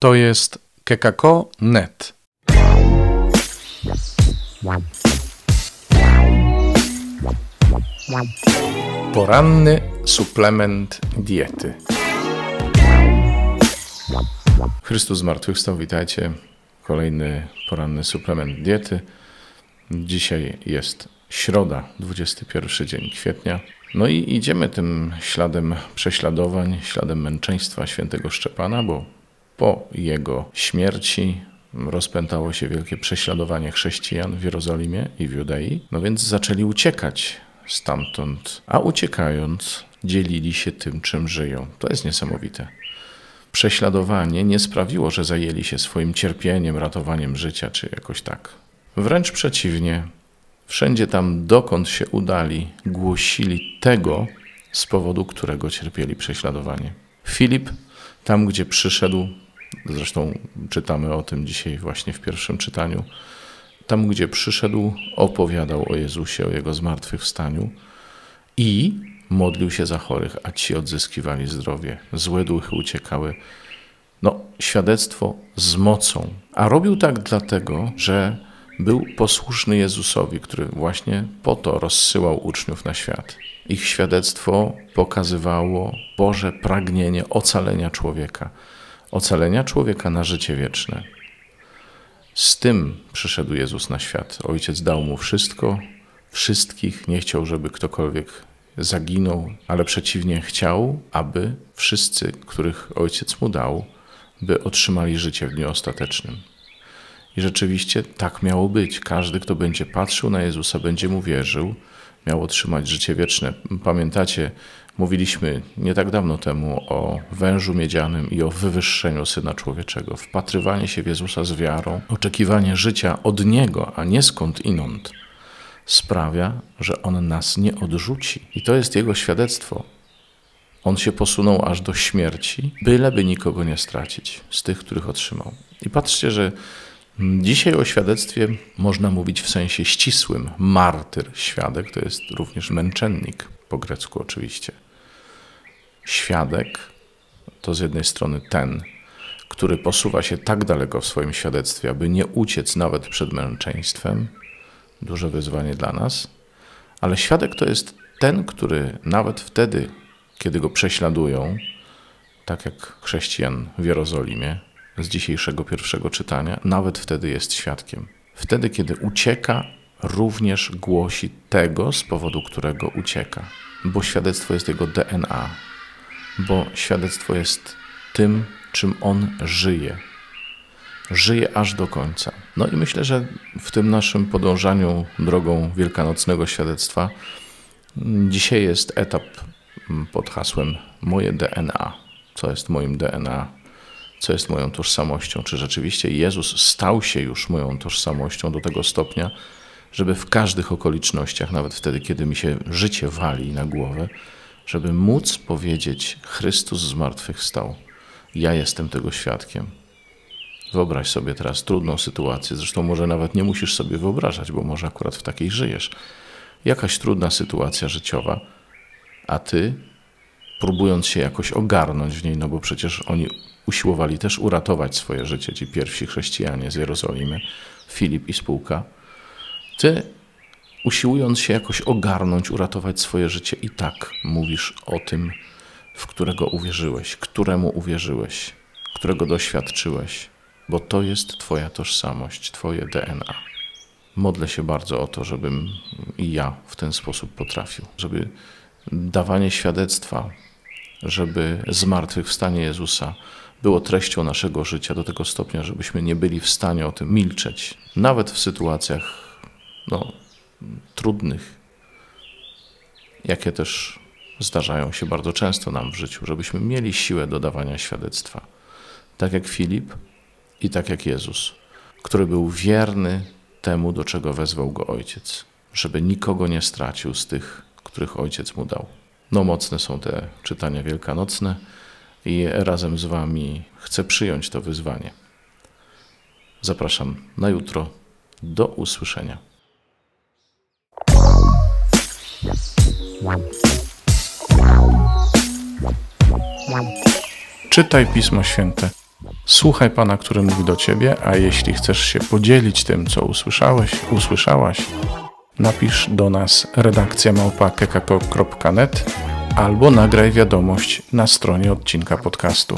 To jest kekako.net. Poranny suplement diety. Chrystus zmartwychwstał, witajcie. Kolejny poranny suplement diety. Dzisiaj jest środa, 21 dzień kwietnia. No i idziemy tym śladem prześladowań, śladem męczeństwa świętego Szczepana, bo po jego śmierci rozpętało się wielkie prześladowanie chrześcijan w Jerozolimie i w Judei. No więc zaczęli uciekać stamtąd, a uciekając dzielili się tym, czym żyją. To jest niesamowite. Prześladowanie nie sprawiło, że zajęli się swoim cierpieniem, ratowaniem życia, czy jakoś tak. Wręcz przeciwnie, wszędzie tam, dokąd się udali, głosili tego, z powodu którego cierpieli prześladowanie. Filip, tam gdzie przyszedł, zresztą czytamy o tym dzisiaj właśnie w pierwszym czytaniu, tam gdzie przyszedł, opowiadał o Jezusie, o Jego zmartwychwstaniu i modlił się za chorych, a ci odzyskiwali zdrowie. Złe duchy uciekały. Świadectwo z mocą. A robił tak dlatego, że był posłuszny Jezusowi, który właśnie po to rozsyłał uczniów na świat. Ich świadectwo pokazywało Boże pragnienie ocalenia człowieka na życie wieczne. Z tym przyszedł Jezus na świat. Ojciec dał mu wszystko, wszystkich, nie chciał, żeby ktokolwiek zaginął, ale przeciwnie chciał, aby wszyscy, których Ojciec mu dał, by otrzymali życie w dniu ostatecznym. I rzeczywiście tak miało być. Każdy, kto będzie patrzył na Jezusa, będzie mu wierzył, miał otrzymać życie wieczne. Pamiętacie, mówiliśmy nie tak dawno temu o wężu miedzianym i o wywyższeniu Syna Człowieczego. Wpatrywanie się w Jezusa z wiarą, oczekiwanie życia od Niego, a nie skąd inąd, sprawia, że On nas nie odrzuci. I to jest Jego świadectwo. On się posunął aż do śmierci, byleby nikogo nie stracić z tych, których otrzymał. I patrzcie, że dzisiaj o świadectwie można mówić w sensie ścisłym. Martyr, świadek, to jest również męczennik, po grecku oczywiście. Świadek to z jednej strony ten, który posuwa się tak daleko w swoim świadectwie, aby nie uciec nawet przed męczeństwem. Duże wyzwanie dla nas. Ale świadek to jest ten, który nawet wtedy, kiedy go prześladują, tak jak chrześcijan w Jerozolimie, z dzisiejszego pierwszego czytania, nawet wtedy jest świadkiem. Wtedy, kiedy ucieka, również głosi tego, z powodu którego ucieka. Bo świadectwo jest jego DNA. Bo świadectwo jest tym, czym on żyje. Żyje aż do końca. No i myślę, że w tym naszym podążaniu drogą wielkanocnego świadectwa dzisiaj jest etap pod hasłem moje DNA. Co jest moim DNA? Co jest moją tożsamością? Czy rzeczywiście Jezus stał się już moją tożsamością do tego stopnia, żeby w każdych okolicznościach, nawet wtedy, kiedy mi się życie wali na głowę, żeby móc powiedzieć: Chrystus zmartwychwstał. Ja jestem tego świadkiem. Wyobraź sobie teraz trudną sytuację, zresztą może nawet nie musisz sobie wyobrażać, bo może akurat w takiej żyjesz. Jakaś trudna sytuacja życiowa, a ty, próbując się jakoś ogarnąć w niej, bo przecież oni usiłowali też uratować swoje życie, ci pierwsi chrześcijanie z Jerozolimy, Filip i spółka. Ty, usiłując się jakoś ogarnąć, uratować swoje życie, i tak mówisz o tym, w którego uwierzyłeś, któremu uwierzyłeś, którego doświadczyłeś, bo to jest twoja tożsamość, twoje DNA. Modlę się bardzo o to, żebym i ja w ten sposób potrafił, żeby dawanie świadectwa, żeby zmartwychwstanie Jezusa było treścią naszego życia do tego stopnia, żebyśmy nie byli w stanie o tym milczeć. Nawet w sytuacjach trudnych, jakie też zdarzają się bardzo często nam w życiu, żebyśmy mieli siłę do dawania świadectwa. Tak jak Filip i tak jak Jezus, który był wierny temu, do czego wezwał go Ojciec, żeby nikogo nie stracił z tych, których Ojciec mu dał. Mocne są te czytania wielkanocne i razem z wami chcę przyjąć to wyzwanie. Zapraszam na jutro. Do usłyszenia. Czytaj Pismo Święte, Słuchaj Pana, który mówi do Ciebie, a jeśli chcesz się podzielić tym, co usłyszałaś, napisz do nas redakcja@kekako.net albo nagraj wiadomość na stronie odcinka podcastu.